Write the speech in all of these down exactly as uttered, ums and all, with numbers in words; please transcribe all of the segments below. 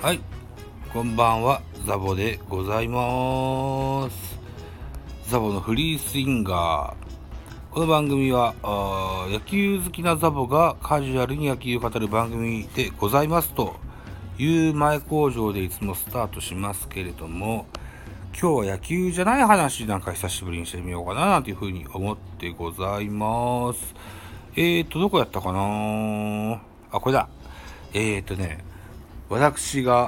はい、こんばんは、ザボでございます。ザボのフリースインガー。この番組はあ野球好きなザボがカジュアルに野球を語る番組でございますという前工場でいつもスタートしますけれども、今日は野球じゃない話なんか久しぶりにしてみようかななんていうふうに思ってございます。えーと、どこやったかなあ、これだ。えーとね、私が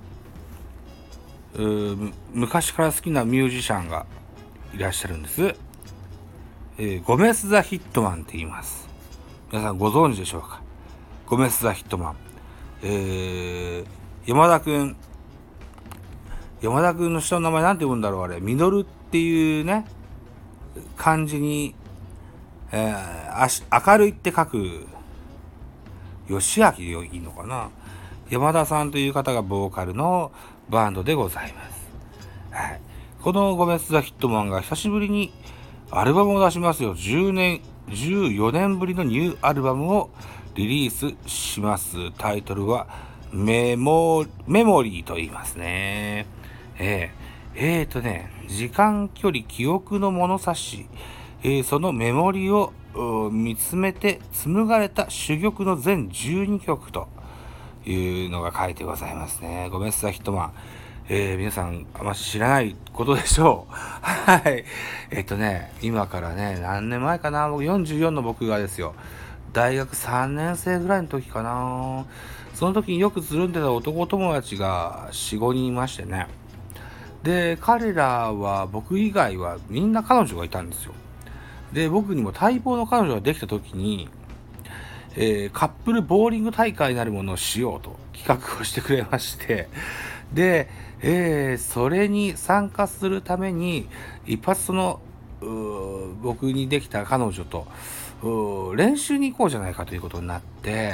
昔から好きなミュージシャンがいらっしゃるんです。えー、ゴメス・ザ・ヒットマンって言います。皆さんご存知でしょうか。ゴメス・ザ・ヒットマン、えー、山田くん山田くんの下の名前なんて言うんだろう、あれミノルっていうね漢字に、えー、明るいって書く吉明でいいのかな。山田さんという方がボーカルのバンドでございます。はい、このゴメス・ザ・ヒットマンが久しぶりにアルバムを出しますよ。じゅうねんじゅうよねんぶりのニューアルバムをリリースします。タイトルはメモメモリーと言いますね。えー、えーとね時間距離記憶の物差し、えー、そのメモリーを見つめて紡がれた珠玉の全じゅうにきょくというのが書いてございますね。ゴメス・ザ・ヒットマン、えー、皆さんあまり知らないことでしょう。はい。えっとね、今からね、何年前かな、僕よんじゅうよんの僕がですよ、大学さんねん生ぐらいの時かな。その時によくつるんでた男友達がよん、ごにんいましてね。で、彼らは僕以外はみんな彼女がいたんですよ。で、僕にも待望の彼女ができた時に、えー、カップルボーリング大会になるものをしようと企画をしてくれまして、で、えー、それに参加するために一発その僕にできた彼女と練習に行こうじゃないかということになって、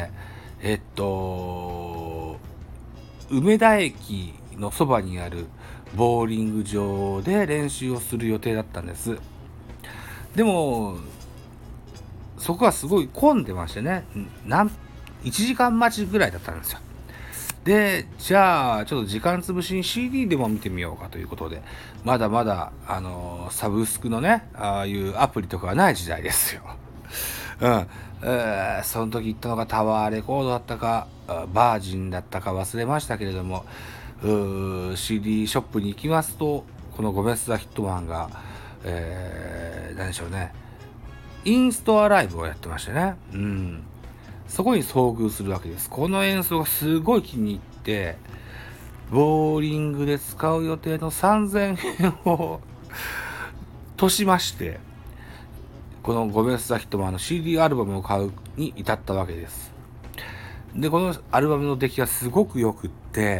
えっと梅田駅のそばにあるボーリング場で練習をする予定だったんです。でもそこはすごい混んでましてね、なんいちじかん待ちぐらいだったんですよ。で、じゃあちょっと時間潰しに シーディー でも見てみようかということで、まだまだあのー、サブスクのね、ああいうアプリとかはない時代ですよ。うん、えー、その時行ったのがタワーレコードだったかバージンだったか忘れましたけれども、うー シーディー ショップに行きますと、このゴメス・ザ・ヒットマンが、えー、何でしょうね、インストアライブをやってましてね、うん、そこに遭遇するわけです。この演奏がすごい気に入って、ボーリングで使う予定のさんぜんえんをとしまして、このゴメス・ザ・ヒットマンの シーディー アルバムを買うに至ったわけです。で、このアルバムの出来がすごく良くって、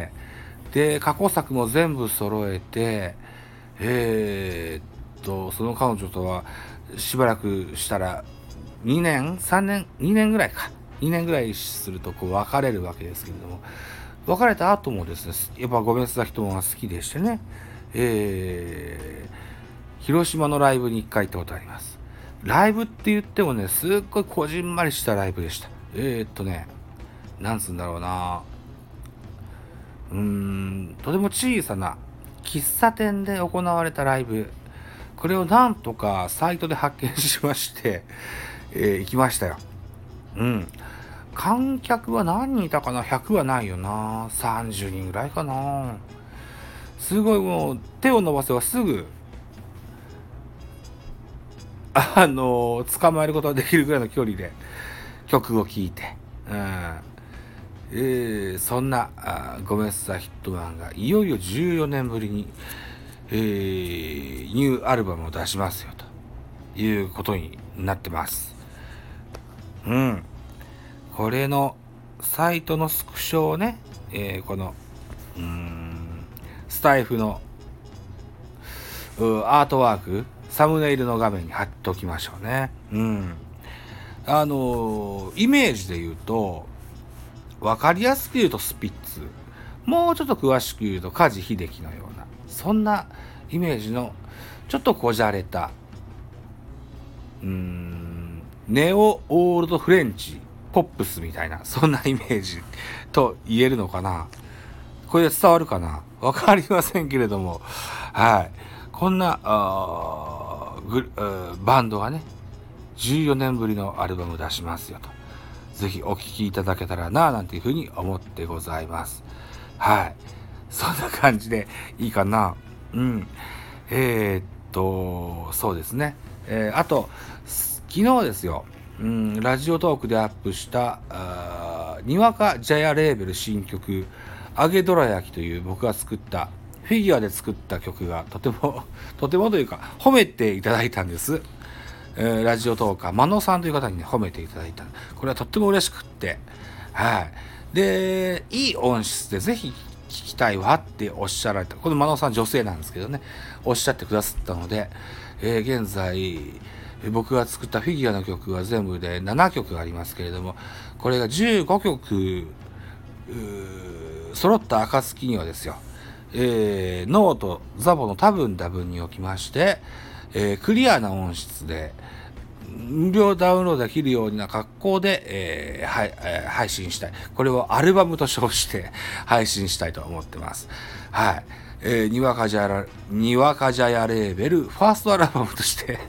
で、過去作も全部揃えて、えー、っと、その彼女とはしばらくしたらにねん ?さん 年 ?に 年ぐらいか。にねんぐらいするとこう別れるわけですけれども、別れた後もですね、やっぱゴメス・ザ・ヒットマンが好きでしてね、えー、広島のライブにいっかい行ったことあります。ライブって言ってもね、すっごいこじんまりしたライブでした。えー、っとね、なんつうんだろうな、うーん、とても小さな喫茶店で行われたライブ。これをなんとかサイトで発見しまして、えー、行きましたよ。うん。観客は何人いたかな ?ひゃく はないよな。さんじゅうにんぐらいかな。すごいもう手を伸ばせばすぐ、あのー、捕まえることができるぐらいの距離で曲を聴いて、うん、えー、そんなあゴメス・ザ・ヒットマンがいよいよじゅうよねんぶりに、えー、ニューアルバムを出しますよということになってます。うん。これのサイトのスクショをね、えー、このうーんスタイフのアートワーク、サムネイルの画面に貼っておきましょうね。うん。あのー、イメージで言うと、わかりやすく言うとスピッツ、もうちょっと詳しく言うと梶秀樹のような、そんなイメージのちょっとこじゃれた、うーん、ネオオールドフレンチポップスみたいな、そんなイメージと言えるのかな。 これで伝わるかな、わかりませんけれども、はい。こんな、あグバンドがね、じゅうよねんぶりのアルバム出しますよと。ぜひお聴きいただけたらな、なんていうふうに思ってございます。はい。そんな感じでいいかな。うん。えー、っと、そうですね。えー、あと、昨日ですよ、うん、ラジオトークでアップした、あにわかジャヤレーベル新曲、揚げどら焼きという僕が作った、フィギュアで作った曲がとても、とてもというか、褒めていただいたんです。えー、ラジオトーカー、マノさんという方にね、褒めていただいた。これはとっても嬉しくって、はい。で、いい音質でぜひ聞きたいわっておっしゃられた。このマノさん女性なんですけどね、おっしゃってくださったので、えー、現在、僕が作ったフィギュアの曲は全部でななきょくありますけれども、これがじゅうごきょく、揃った暁にはですよ、えー、ノート、ザボの多分多分におきまして、えー、クリアな音質で、無料ダウンロードできるような格好で、えーはいえー、配信したい。これをアルバムと称して配信したいと思ってます。はい。えー、にわかじゃや、にわかじゃやレーベル、ファーストアルバムとして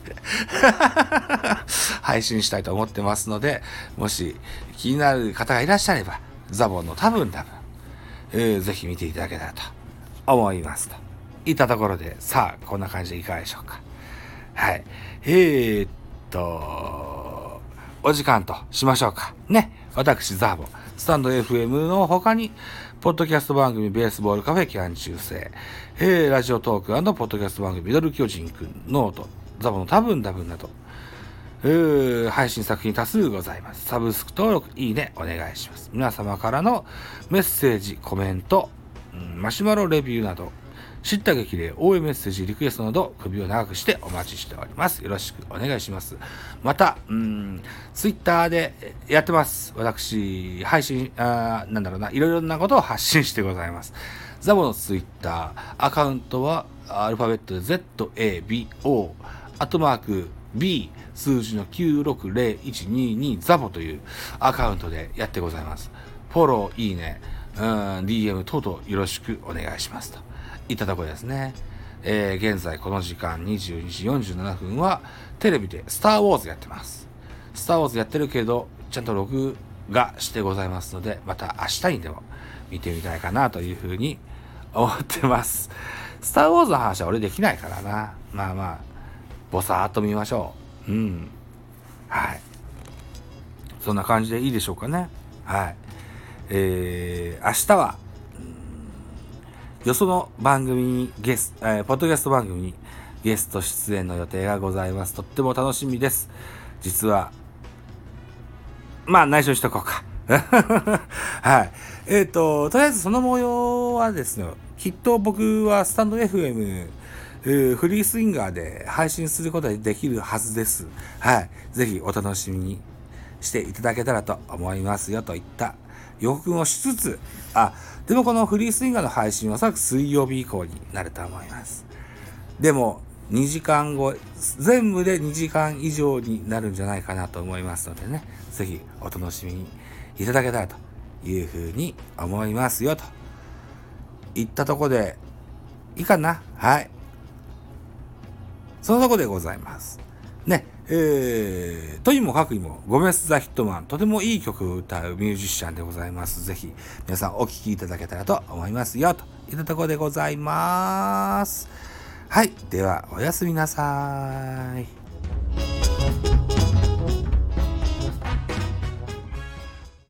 配信したいと思ってますので、もし気になる方がいらっしゃれば、ザボンの多分多分、えー、ぜひ見ていただけたらと思いますと。いったところで、さあ、こんな感じでいかがでしょうか。はい。えー、っと、お時間としましょうか。ね。私、ザボ、スタンド エフエム の他に、ポッドキャスト番組、ベースボールカフェ、キャン中世、えー、ラジオトーク&ポッドキャスト番組、ミドル巨人くん、ノート、ザボの多分多分など、えー、配信作品多数ございます。サブスク登録、いいね、お願いします。皆様からのメッセージ、コメント、うん、マシュマロレビューなど、知った激励、応援メッセージ、リクエストなど、首を長くしてお待ちしております。よろしくお願いします。また、うん、ツイッターでやってます。私、配信、あなんだろうな、いろいろなことを発信してございます。ザボのツイッター、アカウントは、アルファベットで ゼットエービーオー、アットマーク、B、数字のきゅうろくゼロいちににザボというアカウントでやってございます。フォロー、いいね、うん、ディーエム 等々よろしくお願いしますといったところですね。えー、現在この時間にじゅうにじよんじゅうななふんはテレビでスターウォーズやってます。スターウォーズやってるけどちゃんと録画してございますので、また明日にでも見てみたいかなというふうに思ってます。スターウォーズの話は俺できないからな。まあまあぼさーっと見ましょう。うん。はい。そんな感じでいいでしょうかね。はい。えー、明日は、よその番組にゲスト、えー、ポッドキャスト番組にゲスト出演の予定がございます。とっても楽しみです。実は、まあ内緒にしとこうか。はい。えっ、ー、と、とりあえずその模様はですね、きっと僕はスタンド エフエム、フリースインガーで配信することができるはずです。はい。ぜひお楽しみにしていただけたらと思いますよといった予告をしつつ、あ、でもこのフリースインガーの配信はおそらく水曜日以降になると思います。でもにじかんご、全部でにじかん以上になるんじゃないかなと思いますのでね、ぜひお楽しみにいただけたらというふうに思いますよといったところでいいかな。はい。そのところでございます。ね。えー、とにもかくにもゴメス・ザ・ヒットマン、とてもいい曲を歌うミュージシャンでございます。ぜひ皆さんお聴きいただけたらと思いますよといったところでございます。はい、ではおやすみなさい。